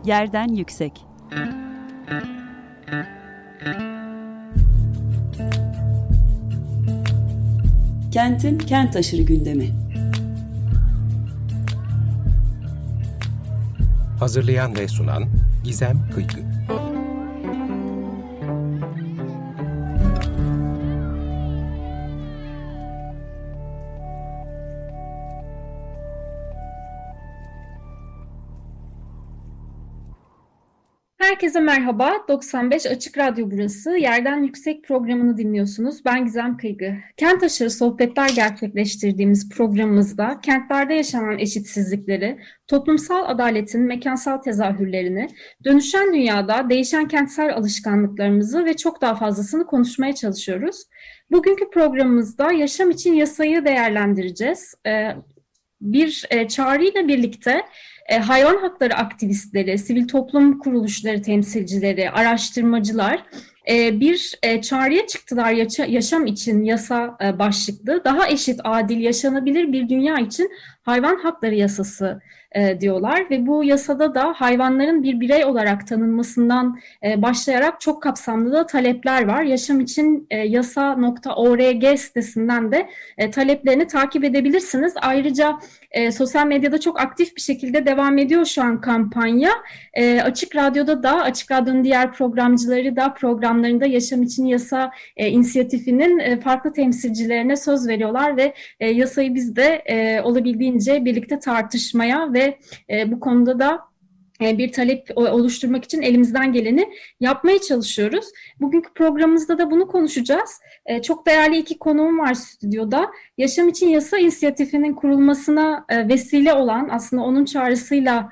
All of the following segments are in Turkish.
Yerden yüksek. Kentin kent aşırı gündemi. Hazırlayan ve sunan Gizem Kıykı. Herkese merhaba. 95 Açık Radyo burası. Yerden Yüksek programını dinliyorsunuz. Ben Gizem Kıygı. Kent aşırı sohbetler gerçekleştirdiğimiz programımızda kentlerde yaşanan eşitsizlikleri, toplumsal adaletin mekansal tezahürlerini, dönüşen dünyada değişen kentsel alışkanlıklarımızı ve çok daha fazlasını konuşmaya çalışıyoruz. Bugünkü programımızda yaşam için yasayı değerlendireceğiz. Bir çağrıyla birlikte hayvan hakları aktivistleri, sivil toplum kuruluşları temsilcileri, araştırmacılar bir çağrıya çıktılar yaşam için yasa başlıklı. Daha eşit, adil, yaşanabilir bir dünya için hayvan hakları yasası diyorlar ve bu yasada da hayvanların bir birey olarak tanınmasından başlayarak çok kapsamlı da talepler var. Yaşam için yasa.org sitesinden de taleplerini takip edebilirsiniz. Ayrıca sosyal medyada çok aktif bir şekilde devam ediyor şu an kampanya. Açık Radyo'da da, Açık Radyo'nun diğer programcıları da programlarında Yaşam için Yasa inisiyatifinin farklı temsilcilerine söz veriyorlar ve yasayı biz de olabildiğince birlikte tartışmaya ve bu konuda da bir talep oluşturmak için elimizden geleni yapmaya çalışıyoruz. Bugünkü programımızda da bunu konuşacağız. Çok değerli iki konuğum var stüdyoda. Yaşam için Yasa inisiyatifinin kurulmasına vesile olan, aslında onun çağrısıyla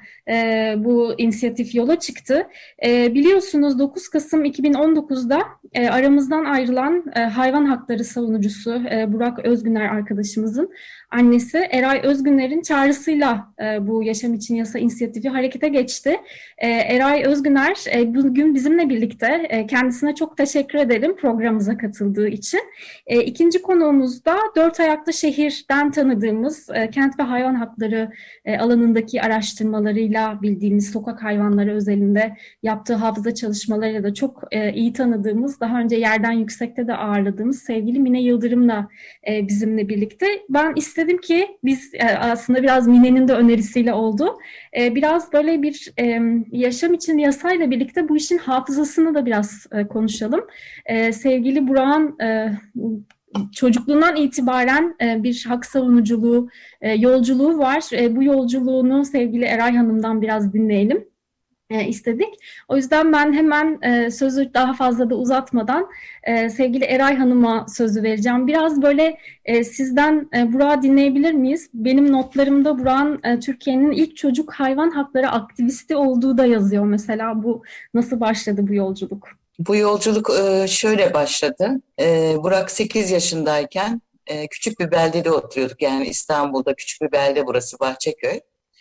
bu inisiyatif yola çıktı. Biliyorsunuz 9 Kasım 2019'da aramızdan ayrılan hayvan hakları savunucusu Burak Özgüner arkadaşımızın annesi Eray Özgüner'in çağrısıyla bu Yaşam için Yasa inisiyatifi harekete geçti. Eray Özgüner bugün bizimle birlikte. Kendisine çok teşekkür ederim programımıza katıldığı için. İkinci konuğumuz da Dört Ayaklı Şehir'den tanıdığımız kent ve hayvan hakları alanındaki araştırmalarıyla bildiğimiz, sokak hayvanları özelinde yaptığı hafıza çalışmalarıyla da çok iyi tanıdığımız, daha önce Yerden Yüksek'te de ağırladığımız sevgili Mine Yıldırım'la bizimle birlikte. Ben istedim ki biz aslında biraz Mine'nin de önerisiyle oldu. Biraz böyle bir yaşam için yasayla birlikte bu işin hafızasını da biraz konuşalım. Sevgili Burak'ın çocukluğundan itibaren bir hak savunuculuğu, yolculuğu var. Bu yolculuğunu sevgili Eray Hanım'dan biraz dinleyelim istedik. O yüzden ben hemen sözü daha fazla da uzatmadan sevgili Eray Hanım'a sözü vereceğim. Biraz böyle sizden Burak'ı dinleyebilir miyiz? Benim notlarımda Burak'ın Türkiye'nin ilk çocuk hayvan hakları aktivisti olduğu da yazıyor mesela. Bu nasıl başladı bu yolculuk? Bu yolculuk şöyle başladı. Burak 8 yaşındayken küçük bir beldede oturuyorduk. Yani İstanbul'da küçük bir belde, burası Bahçeköy.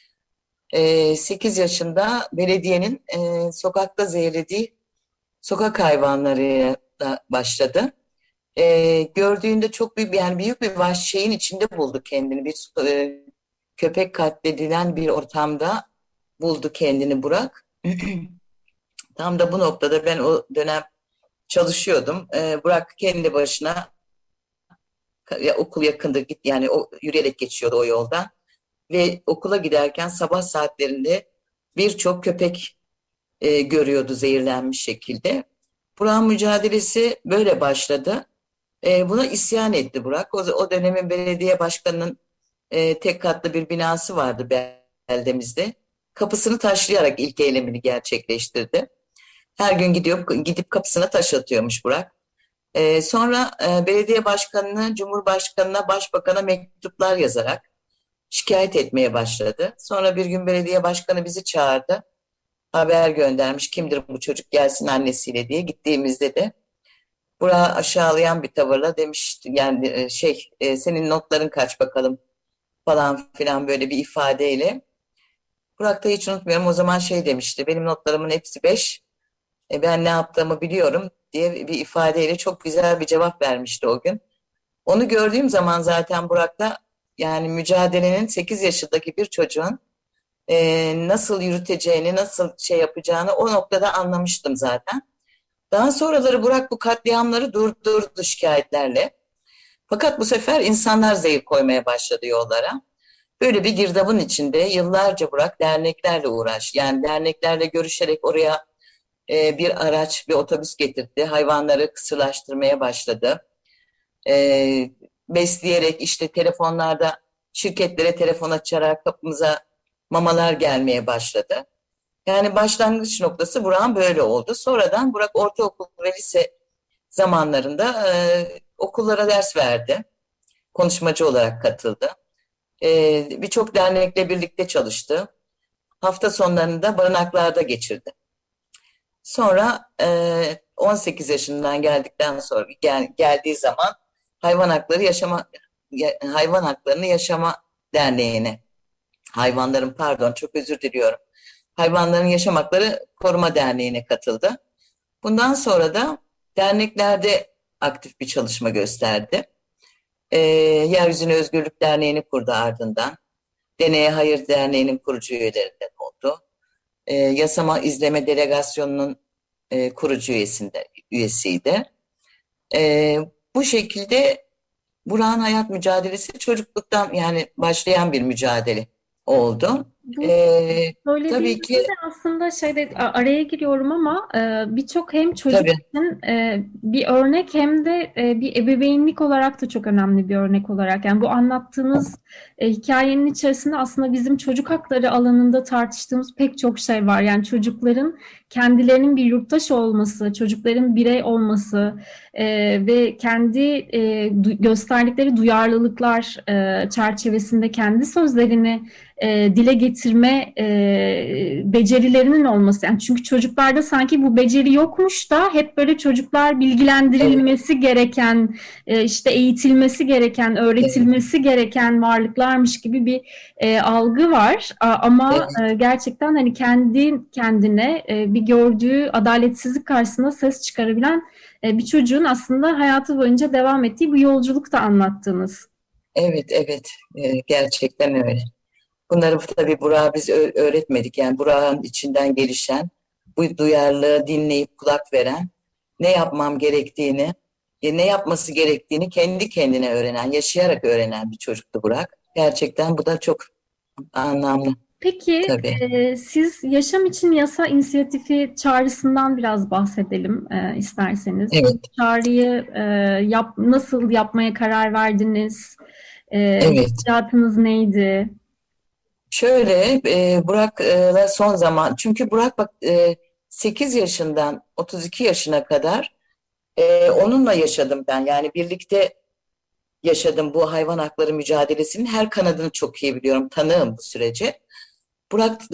8 yaşında belediyenin sokakta zehirlediği sokak hayvanlarıyla başladı. Gördüğünde çok büyük, yani büyük bir vahşi şeyin içinde buldu kendini. Bir köpek katledilen bir ortamda buldu kendini Burak. Tam da bu noktada ben o dönem çalışıyordum. Burak kendi başına, okul yakındı, yani o yürüyerek geçiyordu o yoldan. Ve okula giderken sabah saatlerinde birçok köpek görüyordu zehirlenmiş şekilde. Burak'ın mücadelesi böyle başladı. Buna isyan etti Burak. O dönemin belediye başkanının tek katlı bir binası vardı beldemizde. Kapısını taşlayarak ilk eylemini gerçekleştirdi. Her gün gidip kapısına taş atıyormuş Burak. Sonra belediye başkanına, cumhurbaşkanına, başbakana mektuplar yazarak şikayet etmeye başladı. Sonra bir gün belediye başkanı bizi çağırdı. Haber göndermiş, kimdir bu çocuk, gelsin annesiyle diye. Gittiğimizde de Burak'ı aşağılayan bir tavırla demiş, yani senin notların kaç bakalım falan filan, böyle bir ifadeyle. Burak da hiç unutmuyorum, o zaman demişti, benim notlarımın hepsi 5. Ben ne yaptığımı biliyorum diye bir ifadeyle çok güzel bir cevap vermişti o gün. Onu gördüğüm zaman zaten Burak'ta, yani mücadelenin 8 yaşındaki bir çocuğun nasıl yürüteceğini, nasıl şey yapacağını o noktada anlamıştım zaten. Daha sonraları Burak bu katliamları durdurdu şikayetlerle. Fakat bu sefer insanlar zehir koymaya başladı yollara. Böyle bir girdabın içinde yıllarca Burak derneklerle uğraş. Yani derneklerle görüşerek oraya bir araç, bir otobüs getirdi. Hayvanları kısırlaştırmaya başladı. Besleyerek işte telefonlarda şirketlere telefon açarak kapımıza mamalar gelmeye başladı. Yani başlangıç noktası Burak'ın böyle oldu. Sonradan Burak ortaokul ve lise zamanlarında okullara ders verdi. Konuşmacı olarak katıldı. Birçok dernekle birlikte çalıştı. Hafta sonlarını da barınaklarda geçirdi. Sonra 18 yaşından geldikten sonra geldiği zaman Hayvan Haklarını Yaşama Derneği'ne, çok özür diliyorum. Hayvanların Yaşam Hakları Koruma Derneği'ne katıldı. Bundan sonra da derneklerde aktif bir çalışma gösterdi. Yeryüzüne Özgürlük Derneği'ni kurdu ardından. Deneye Hayır Derneği'nin kurucu üyelerinden oldu. Yasama İzleme Delegasyonu'nun kurucu üyesiydi. Bu şekilde Burak'ın hayat mücadelesi çocukluktan yani başlayan bir mücadele oldu. Bu Tabii söylediğinizde ki aslında araya giriyorum ama birçok hem çocuk tabii, için bir örnek hem de bir ebeveynlik olarak da çok önemli bir örnek olarak. Yani bu anlattığınız hikayenin içerisinde aslında bizim çocuk hakları alanında tartıştığımız pek çok şey var. Yani çocukların kendilerinin bir yurttaş olması, çocukların birey olması ve kendi gösterdikleri duyarlılıklar çerçevesinde kendi sözlerini dile getirme becerilerinin olması. Yani çünkü çocuklarda sanki bu beceri yokmuş da hep böyle çocuklar bilgilendirilmesi gereken, işte eğitilmesi gereken, öğretilmesi gereken varlıklarmış gibi bir algı var. Ama gerçekten hani kendi kendine bir gördüğü adaletsizlik karşısında ses çıkarabilen bir çocuğun aslında hayatı boyunca devam ettiği bu yolculuk da anlattınız. evet, gerçekten öyle. Bunları tabii Burak'a biz öğretmedik. Yani Burak'ın içinden gelişen, bu duyarlılığı dinleyip kulak veren, ne yapmam gerektiğini, ne yapması gerektiğini kendi kendine öğrenen, yaşayarak öğrenen bir çocuktu Burak. Gerçekten bu da çok anlamlı Peki, tabii. siz Yaşam İçin Yasa İnisiyatifi çağrısından biraz bahsedelim isterseniz. Bu Evet, çağrıyı nasıl yapmaya karar verdiniz? evet. Hissiyatınız neydi? Şöyle Burak'la son zaman, çünkü Burak bak 8 yaşından 32 yaşına kadar onunla yaşadım ben. Yani birlikte yaşadım bu hayvan hakları mücadelesinin her kanadını çok iyi biliyorum, tanığım bu sürece. Burak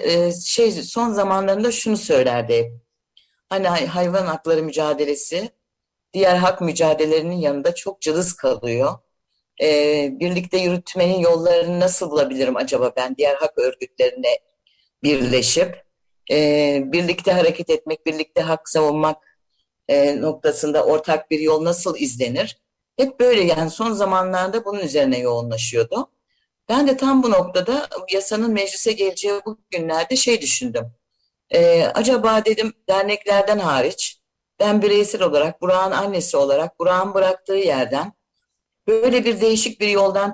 son zamanlarında şunu söylerdi hep. Hani hayvan hakları mücadelesi diğer hak mücadelelerinin yanında çok cılız kalıyor. Birlikte yürütmenin yollarını nasıl bulabilirim acaba ben diğer hak örgütlerine birleşip birlikte hareket etmek, birlikte hak savunmak noktasında ortak bir yol nasıl izlenir? Hep böyle yani son zamanlarda bunun üzerine yoğunlaşıyordu. Ben de tam bu noktada yasanın meclise geleceği bu günlerde düşündüm. Acaba dedim derneklerden hariç ben bireysel olarak Burak'ın annesi olarak Burak'ın bıraktığı yerden böyle bir değişik bir yoldan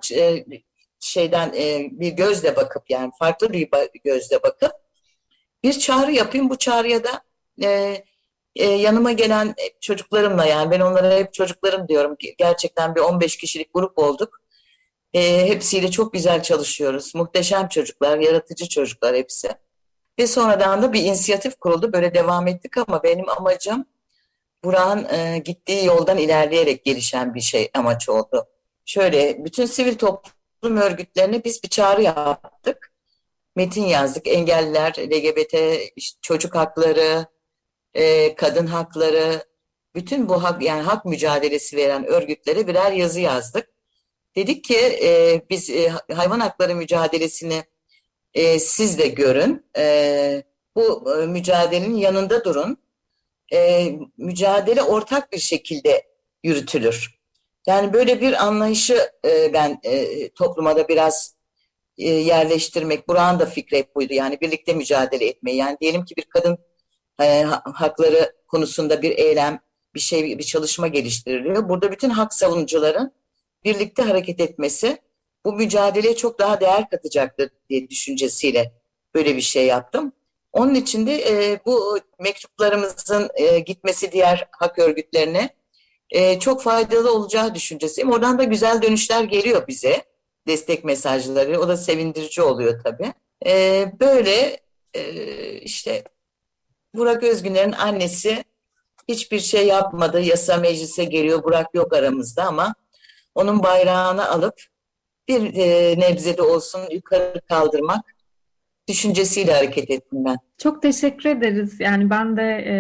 bir gözle bakıp yani farklı bir gözle bakıp bir çağrı yapayım. Bu çağrıya da yanıma gelen çocuklarımla yani ben onlara hep çocuklarım diyorum. Gerçekten bir 15 kişilik grup olduk. Hepsiyle çok güzel çalışıyoruz. Muhteşem çocuklar, yaratıcı çocuklar hepsi. Ve sonradan da bir inisiyatif kuruldu. Böyle devam ettik ama benim amacım Burak'ın gittiği yoldan ilerleyerek gelişen bir amaç oldu. Şöyle bütün sivil toplum örgütlerine biz bir çağrı yaptık. Metin yazdık. Engelliler, LGBT, işte çocuk hakları, kadın hakları, bütün bu hak yani hak mücadelesi veren örgütlere birer yazı yazdık. Dedik ki biz hayvan hakları mücadelesini siz de görün. Bu mücadelenin yanında durun. Mücadele ortak bir şekilde yürütülür. Yani böyle bir anlayışı ben topluma da biraz yerleştirmek. Burak'ın da fikri hep buydu. Yani birlikte mücadele etmeyi. Yani diyelim ki bir kadın hakları konusunda bir eylem, bir çalışma geliştiriliyor. Burada bütün hak savunucuların birlikte hareket etmesi bu mücadeleye çok daha değer katacaktır diye düşüncesiyle böyle bir şey yaptım. Onun için de bu mektuplarımızın gitmesi diğer hak örgütlerine çok faydalı olacağı düşüncesiyim. Oradan da güzel dönüşler geliyor bize. Destek mesajları. O da sevindirici oluyor tabii. Böyle işte Burak Özgüner'in annesi hiçbir şey yapmadı. Yasa meclise geliyor. Burak yok aramızda ama onun bayrağını alıp bir nebze de olsun yukarı kaldırmak düşüncesiyle hareket ettim ben. Çok teşekkür ederiz. Yani ben de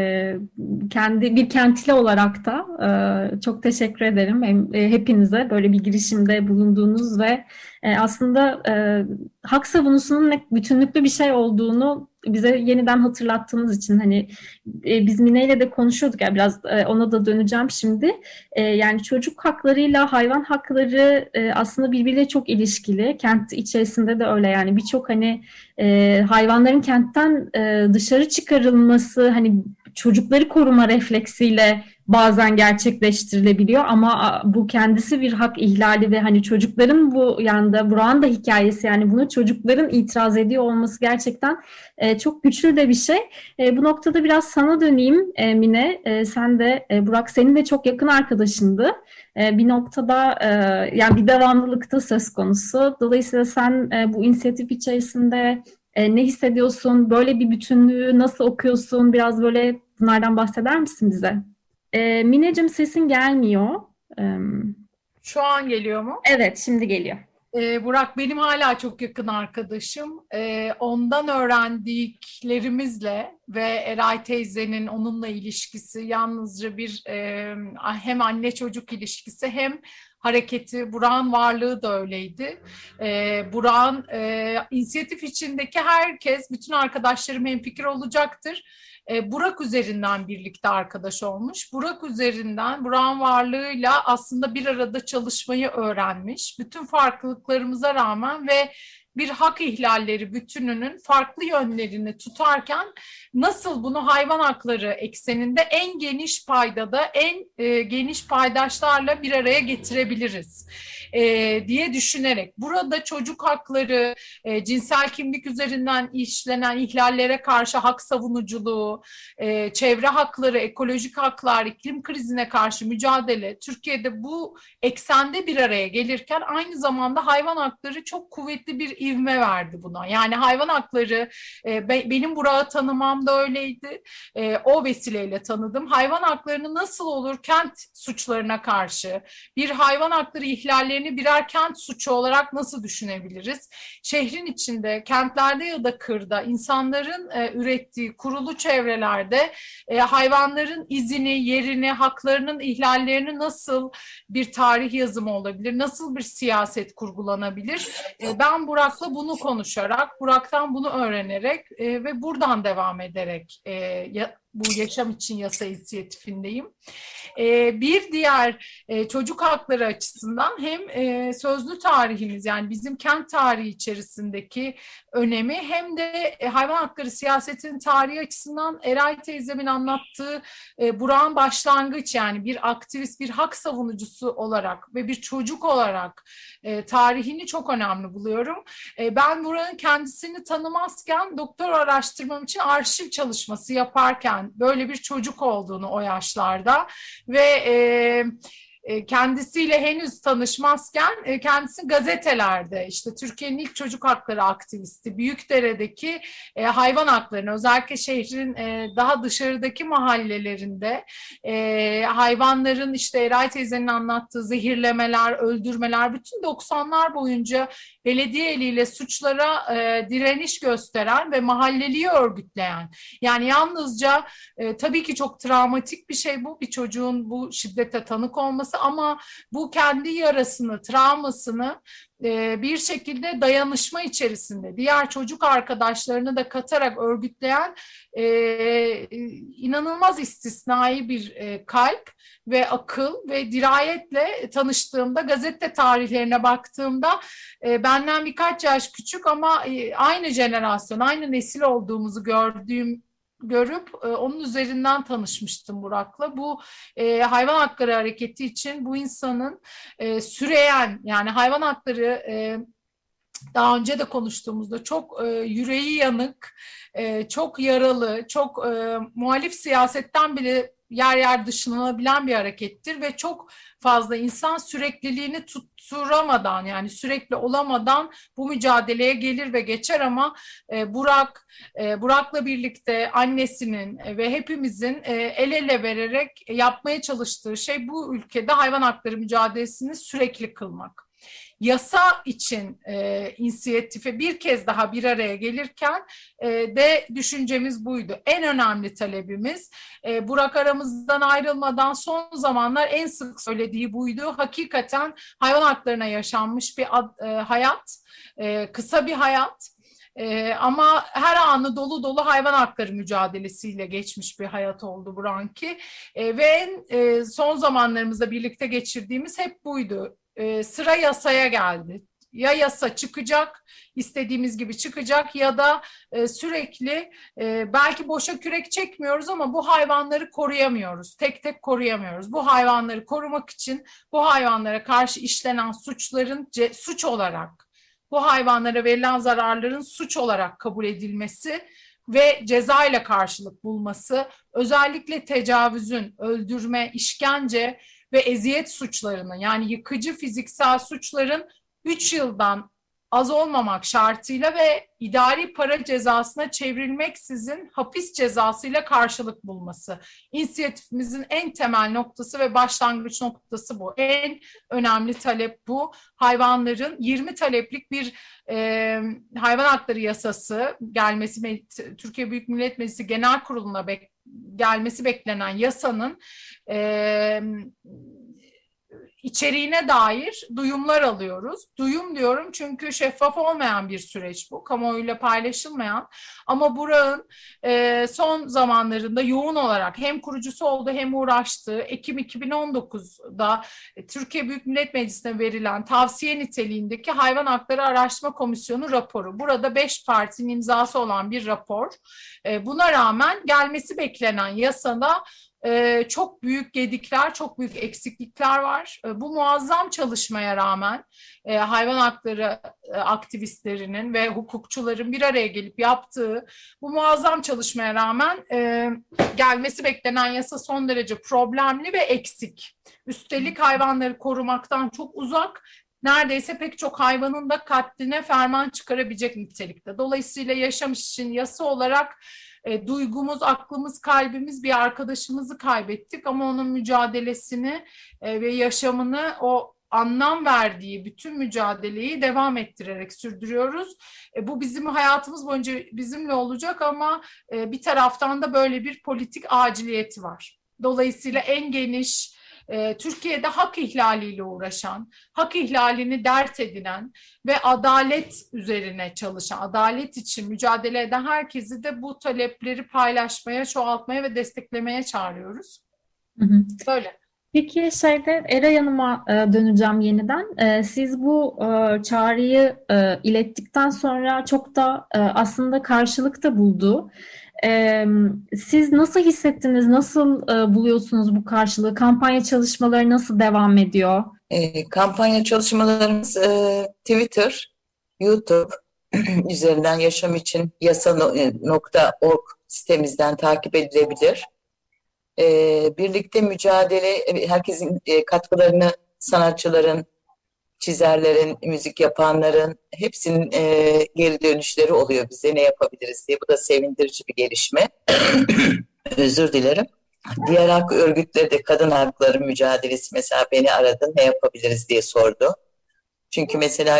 kendi bir kentli olarak da çok teşekkür ederim. Hepinize böyle bir girişimde bulunduğunuz ve aslında hak savunusunun bütünlüklü bir şey olduğunu bize yeniden hatırlattığınız için hani biz Mine ile de konuşuyorduk ya biraz ona da döneceğim şimdi. Yani çocuk haklarıyla hayvan hakları aslında birbiriyle çok ilişkili. Kent içerisinde de öyle yani birçok hani hayvanların kentten dışarı çıkarılması hani çocukları koruma refleksiyle bazen gerçekleştirilebiliyor ama bu kendisi bir hak ihlali ve hani çocukların bu yanda Burak'ın da hikayesi yani bunu çocukların itiraz ediyor olması gerçekten çok güçlü de bir şey. Bu noktada biraz sana döneyim Mine. Sen de Burak senin de çok yakın arkadaşındı. Bir noktada yani bir devamlılıkta söz konusu. Dolayısıyla sen bu inisiyatif içerisinde ne hissediyorsun? Böyle bir bütünlüğü nasıl okuyorsun? Biraz böyle bunlardan bahseder misin bize? Mineciğim sesin gelmiyor. Şu an geliyor mu? Evet, şimdi geliyor. Burak benim hala çok yakın arkadaşım. Ondan öğrendiklerimizle ve Eray teyzenin onunla ilişkisi yalnızca bir hem anne çocuk ilişkisi hem hareketi, Burak'ın varlığı da öyleydi. Burak'ın inisiyatif içindeki herkes, bütün arkadaşlarım hemfikir olacaktır. Burak üzerinden birlikte arkadaş olmuş. Burak üzerinden, Burak'ın varlığıyla aslında bir arada çalışmayı öğrenmiş. Bütün farklılıklarımıza rağmen ve bir hak ihlalleri bütününün farklı yönlerini tutarken nasıl bunu hayvan hakları ekseninde en geniş paydada, en geniş paydaşlarla bir araya getirebiliriz diye düşünerek. Burada çocuk hakları, cinsel kimlik üzerinden işlenen ihlallere karşı hak savunuculuğu, çevre hakları, ekolojik haklar, iklim krizine karşı mücadele Türkiye'de bu eksende bir araya gelirken aynı zamanda hayvan hakları çok kuvvetli bir ivme verdi buna. Yani hayvan hakları benim Burak'ı tanımam da öyleydi. O vesileyle tanıdım. Hayvan haklarını nasıl olur kent suçlarına karşı bir hayvan hakları ihlallerini birer kent suçu olarak nasıl düşünebiliriz? Şehrin içinde, kentlerde ya da kırda insanların ürettiği kurulu çevrelerde hayvanların izini, yerini, haklarının ihlallerini nasıl bir tarih yazımı olabilir? Nasıl bir siyaset kurgulanabilir? Ben Burak'la bunu konuşarak, Burak'tan bunu öğrenerek ve buradan devam ederek bu yaşam için yasa inisiyatifindeyim. Bir diğer çocuk hakları açısından hem sözlü tarihimiz yani bizim kent tarihi içerisindeki önemi hem de hayvan hakları siyasetinin tarihi açısından Eray teyzemin anlattığı Burak'ın başlangıç yani bir aktivist, bir hak savunucusu olarak ve bir çocuk olarak tarihini çok önemli buluyorum. Ben Burak'ın kendisini tanımazken doktor araştırmam için arşiv çalışması yaparken böyle bir çocuk olduğunu o yaşlarda ve kendisiyle henüz tanışmazken kendisi gazetelerde işte Türkiye'nin ilk çocuk hakları aktivisti Büyükdere'deki hayvan haklarını özellikle şehrin daha dışarıdaki mahallelerinde hayvanların işte Eray teyzenin anlattığı zehirlemeler, öldürmeler bütün 90'lar boyunca belediye eliyle suçlara direniş gösteren ve mahalleliyi örgütleyen yani yalnızca tabii ki çok travmatik bir şey bu bir çocuğun bu şiddete tanık olması ama bu kendi yarasını, travmasını bir şekilde dayanışma içerisinde diğer çocuk arkadaşlarını da katarak örgütleyen inanılmaz istisnai bir kalp ve akıl ve dirayetle tanıştığımda, gazete tarihlerine baktığımda benden birkaç yaş küçük ama aynı jenerasyon, aynı nesil olduğumuzu görüp onun üzerinden tanışmıştım Burak'la. Bu hayvan hakları hareketi için bu insanın süreyen, yani hayvan hakları daha önce de konuştuğumuzda çok yüreği yanık, çok yaralı, çok muhalif siyasetten bile yer yer dışlanabilen bir harekettir ve çok fazla insan sürekliliğini tutturamadan, yani sürekli olamadan bu mücadeleye gelir ve geçer ama Burak'la birlikte annesinin ve hepimizin el ele vererek yapmaya çalıştığı şey bu ülkede hayvan hakları mücadelesini sürekli kılmak. Yasa için inisiyatife bir kez daha bir araya gelirken de düşüncemiz buydu. En önemli talebimiz Burak aramızdan ayrılmadan son zamanlar en sık söylediği buydu. Hakikaten hayvan haklarına yaşanmış bir hayat, kısa bir hayat. Ama her anı dolu dolu hayvan hakları mücadelesiyle geçmiş bir hayat oldu Burak'ınki. Ve son zamanlarımızda birlikte geçirdiğimiz hep buydu. Sıra yasaya geldi. Ya yasa çıkacak, istediğimiz gibi çıkacak ya da sürekli belki boşa kürek çekmiyoruz ama bu hayvanları koruyamıyoruz. Tek tek koruyamıyoruz. Bu hayvanları korumak için bu hayvanlara karşı işlenen suçların suç olarak, bu hayvanlara verilen zararların suç olarak kabul edilmesi ve ceza ile karşılık bulması, özellikle tecavüzün, öldürme, işkence ve eziyet suçlarının, yani yıkıcı fiziksel suçların 3 yıldan az olmamak şartıyla ve idari para cezasına çevrilmeksizin hapis cezasıyla karşılık bulması. İnisiyatifimizin en temel noktası ve başlangıç noktası bu. En önemli talep bu. Hayvanların 20 taleplik bir hayvan hakları yasası gelmesi, Türkiye Büyük Millet Meclisi Genel Kurulu'na gelmesi beklenen yasanın içeriğine dair duyumlar alıyoruz. Duyum diyorum çünkü şeffaf olmayan bir süreç bu. Kamuoyuyla paylaşılmayan. Ama Burak'ın son zamanlarında yoğun olarak hem kurucusu oldu hem uğraştığı Ekim 2019'da Türkiye Büyük Millet Meclisi'ne verilen tavsiye niteliğindeki Hayvan Hakları Araştırma Komisyonu raporu. Burada 5 partinin imzası olan bir rapor. Buna rağmen gelmesi beklenen yasada çok büyük gedikler, çok büyük eksiklikler var. Bu muazzam çalışmaya rağmen hayvan hakları aktivistlerinin ve hukukçuların bir araya gelip yaptığı bu muazzam çalışmaya rağmen gelmesi beklenen yasa son derece problemli ve eksik. Üstelik hayvanları korumaktan çok uzak, neredeyse pek çok hayvanın da katline ferman çıkarabilecek nitelikte. Dolayısıyla yaşam için yasa olarak duygumuz, aklımız, kalbimiz bir arkadaşımızı kaybettik ama onun mücadelesini ve yaşamını, o anlam verdiği bütün mücadeleyi devam ettirerek sürdürüyoruz. Bu bizim hayatımız boyunca bizimle olacak ama bir taraftan da böyle bir politik aciliyeti var. Dolayısıyla en geniş, Türkiye'de hak ihlaliyle uğraşan, hak ihlalini dert edinen ve adalet üzerine çalışan, adalet için mücadele eden herkesi de bu talepleri paylaşmaya, çoğaltmaya ve desteklemeye çağırıyoruz. Hı hı. Böyle. Peki Eray Hanım'a döneceğim yeniden. Siz bu çağrıyı ilettikten sonra çok da aslında karşılık da buldu. Siz nasıl hissettiniz? Nasıl buluyorsunuz bu karşılığı? Kampanya çalışmaları nasıl devam ediyor? Kampanya çalışmalarımız Twitter, YouTube üzerinden Yaşam İçin Yasa.org sitemizden takip edilebilir. Birlikte mücadele, herkesin katkılarını, sanatçıların, çizerlerin, müzik yapanların hepsinin geri dönüşleri oluyor bize, ne yapabiliriz diye. Bu da sevindirici bir gelişme. Özür dilerim. Diğer hak örgütleri de kadın hakları mücadelesi mesela beni aradı, ne yapabiliriz diye sordu. Çünkü mesela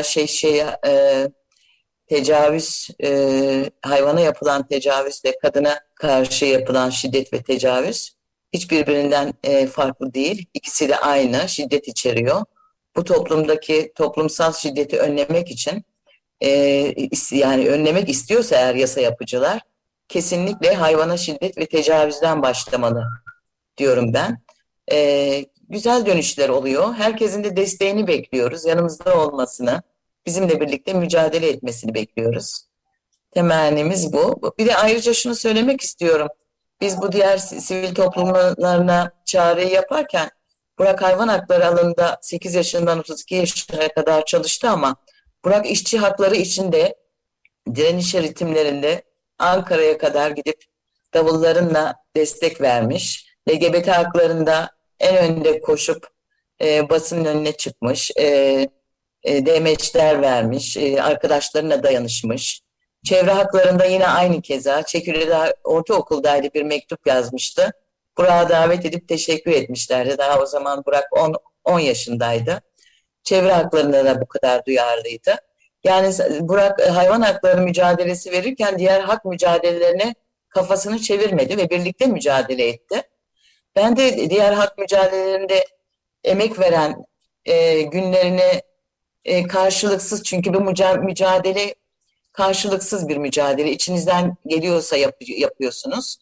tecavüz, hayvana yapılan tecavüzle kadına karşı yapılan şiddet ve tecavüz hiçbirbirinden farklı değil. İkisi de aynı, şiddet içeriyor. Bu toplumdaki toplumsal şiddeti önlemek için yani önlemek istiyorsa eğer yasa yapıcılar kesinlikle hayvana şiddet ve tecavüzden başlamalı diyorum ben. Güzel dönüşler oluyor. Herkesin de desteğini bekliyoruz. Yanımızda olmasını, bizimle birlikte mücadele etmesini bekliyoruz. Temennimiz bu. Bir de ayrıca şunu söylemek istiyorum. Biz bu diğer sivil toplumlarına çağrıyı yaparken Burak hayvan hakları alanında 8 yaşından 32 yaşına kadar çalıştı ama Burak işçi hakları için de direniş ritimlerinde Ankara'ya kadar gidip davullarınla destek vermiş. LGBT haklarında en önde koşup basının önüne çıkmış. Demeçler vermiş. Arkadaşlarına dayanışmış. Çevre haklarında yine aynı keza. Çekirdeği ortaokuldaydı, bir mektup yazmıştı. Burak'ı davet edip teşekkür etmişlerdi. Daha o zaman Burak 10 yaşındaydı. Çevre haklarında da bu kadar duyarlıydı. Yani Burak hayvan hakları mücadelesi verirken diğer hak mücadelelerine kafasını çevirmedi ve birlikte mücadele etti. Ben de diğer hak mücadelelerinde emek veren günlerini karşılıksız, çünkü bu mücadele karşılıksız bir mücadele. İçinizden geliyorsa yapıyorsunuz.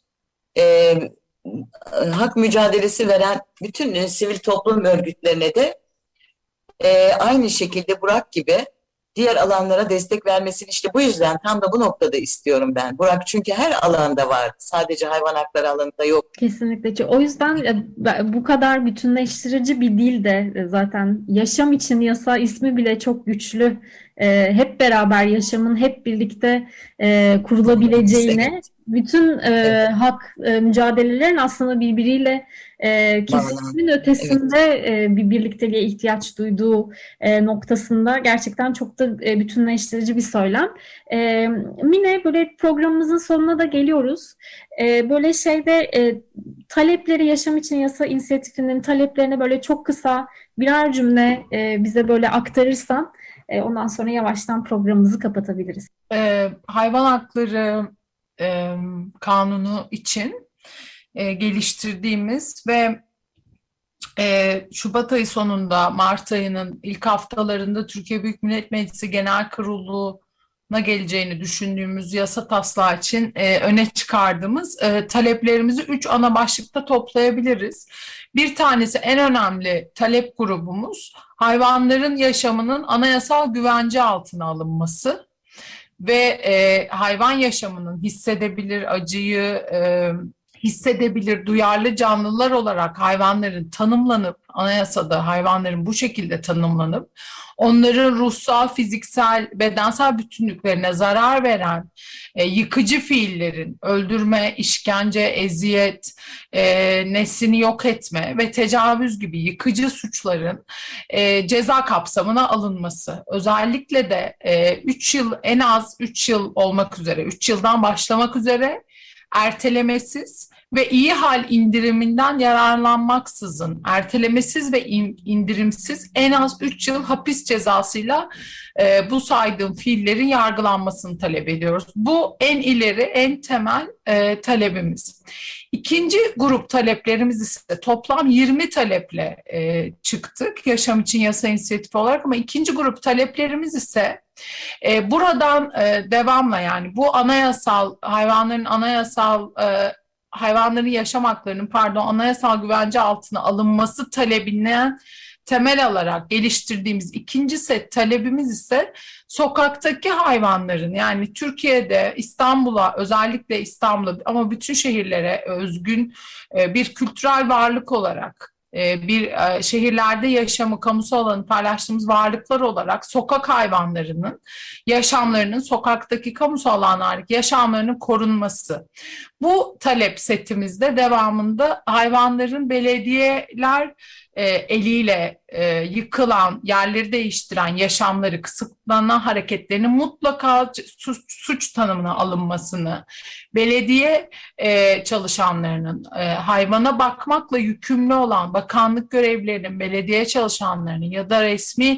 Hak mücadelesi veren bütün sivil toplum örgütlerine de aynı şekilde Burak gibi diğer alanlara destek vermesini, işte bu yüzden tam da bu noktada istiyorum ben. Burak çünkü her alanda var. Sadece hayvan hakları alanında yok. Kesinlikle. O yüzden bu kadar bütünleştirici bir dil de zaten yaşam için yasa ismi bile çok güçlü. Hep beraber yaşamın hep birlikte kurulabileceğine, bütün hak mücadelelerin aslında birbiriyle kesişimin ötesinde bir birlikteliğe ihtiyaç duyduğu noktasında gerçekten çok da bütünleştirici bir söylem. Mine, böyle programımızın sonuna da geliyoruz. Böyle talepleri, Yaşam İçin Yasa İnisiyatifinin taleplerini böyle çok kısa birer cümle bize böyle aktarırsan ondan sonra yavaştan programımızı kapatabiliriz. Hayvan hakları kanunu için geliştirdiğimiz ve Şubat ayı sonunda, Mart ayının ilk haftalarında Türkiye Büyük Millet Meclisi Genel Kurulu'na geleceğini düşündüğümüz yasa taslağı için öne çıkardığımız taleplerimizi 3 ana başlıkta toplayabiliriz. Bir tanesi, en önemli talep grubumuz, hayvanların yaşamının anayasal güvence altına alınması ve hayvan yaşamının hissedebilir acıyı, hissedebilir duyarlı canlılar olarak hayvanların tanımlanıp, anayasada hayvanların bu şekilde tanımlanıp, onların ruhsal, fiziksel, bedensel bütünlüklerine zarar veren yıkıcı fiillerin, öldürme, işkence, eziyet, neslini yok etme ve tecavüz gibi yıkıcı suçların ceza kapsamına alınması. Özellikle de 3 yıl, en az 3 yıl olmak üzere, 3 yıldan başlamak üzere ertelemesiz ve iyi hal indiriminden yararlanmaksızın ertelemesiz ve indirimsiz en az 3 yıl hapis cezasıyla bu saydığım fiillerin yargılanmasını talep ediyoruz. Bu en ileri, en temel talebimiz. İkinci grup taleplerimiz ise toplam 20 taleple çıktık Yaşam İçin Yasa İnisiyatifi olarak, ama ikinci grup taleplerimiz ise buradan devamla, yani bu hayvanların yaşam haklarının anayasal güvence altına alınması talebine temel alarak geliştirdiğimiz ikinci set talebimiz ise sokaktaki hayvanların, yani Türkiye'de, İstanbul'a, özellikle İstanbul'a ama bütün şehirlere özgün bir kültürel varlık olarak, bir şehirlerde yaşamı, kamusal alanı paylaştığımız varlıklar olarak sokak hayvanlarının yaşamlarının, sokaktaki kamusal alanlardaki yaşamlarının korunması. Bu talep setimizde devamında hayvanların belediyeler eliyle yıkılan, yerleri değiştiren yaşamları, kısıtlanan hareketlerinin mutlaka suç tanımına alınmasını, belediye çalışanlarının, hayvana bakmakla yükümlü olan bakanlık görevlilerinin, belediye çalışanlarının ya da resmi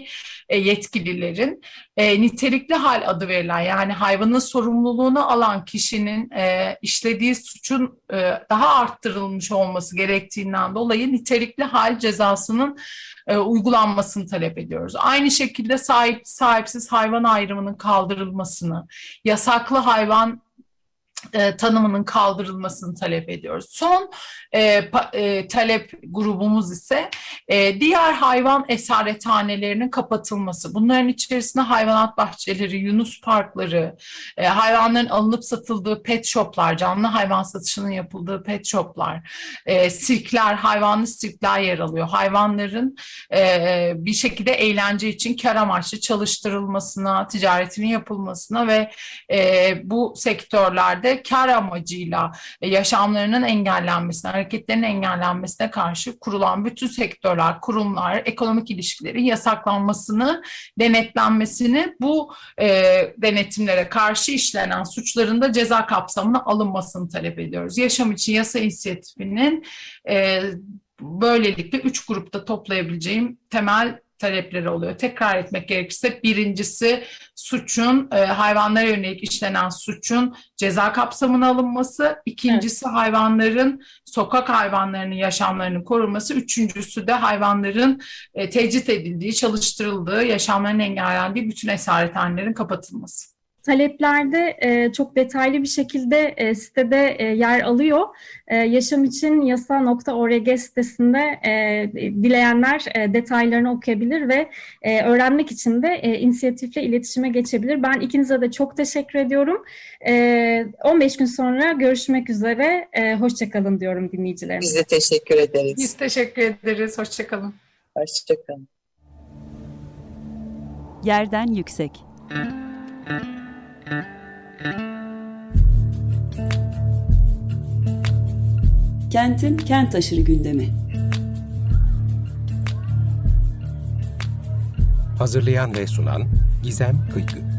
yetkililerin nitelikli hal adı verilen, yani hayvanın sorumluluğunu alan kişinin işlediği suçun daha arttırılmış olması gerektiğinden dolayı nitelikli hal cezasının uygulanmasını talep ediyoruz. Aynı şekilde sahipsiz hayvan ayrımının kaldırılmasını, yasaklı hayvan tanımının kaldırılmasını talep ediyoruz. Son talep grubumuz ise diğer hayvan esarethanelerinin kapatılması. Bunların içerisinde hayvanat bahçeleri, yunus parkları, hayvanların alınıp satıldığı pet shoplar, canlı hayvan satışının yapıldığı pet shoplar, sirkler, hayvanlı sirkler yer alıyor. Hayvanların bir şekilde eğlence için kar amaçlı çalıştırılmasına, ticaretinin yapılmasına ve bu sektörlerde kar amacıyla yaşamlarının engellenmesine, hareketlerinin engellenmesine karşı kurulan bütün sektörler, kurumlar, ekonomik ilişkilerin yasaklanmasını, denetlenmesini, bu denetimlere karşı işlenen suçların da ceza kapsamına alınmasını talep ediyoruz. Yaşam için Yasa İnisiyatifi'nin böylelikle 3 grupta toplayabileceğim temel talepleri oluyor. Tekrar etmek gerekirse, birincisi suçun, hayvanlara yönelik işlenen suçun ceza kapsamına alınması. İkincisi hayvanların, sokak hayvanlarının yaşamlarının korunması. Üçüncüsü de hayvanların tecrit edildiği, çalıştırıldığı, yaşamlarının engellendiği bütün esarethanelerin kapatılması. Taleplerde çok detaylı bir şekilde sitede yer alıyor. Yaşam için Yasa.org sitesinde dileyenler detaylarını okuyabilir ve öğrenmek için de inisiyatifle iletişime geçebilir. Ben ikinize de çok teşekkür ediyorum. 15 gün sonra görüşmek üzere. Hoşça kalın diyorum dinleyicilerimize. Biz de teşekkür ederiz. Biz teşekkür ederiz. Hoşça kalın. Hoşça kalın. Yerden yüksek. Kentin kent aşırı gündemi. Hazırlayan ve sunan Gizem Kıykı.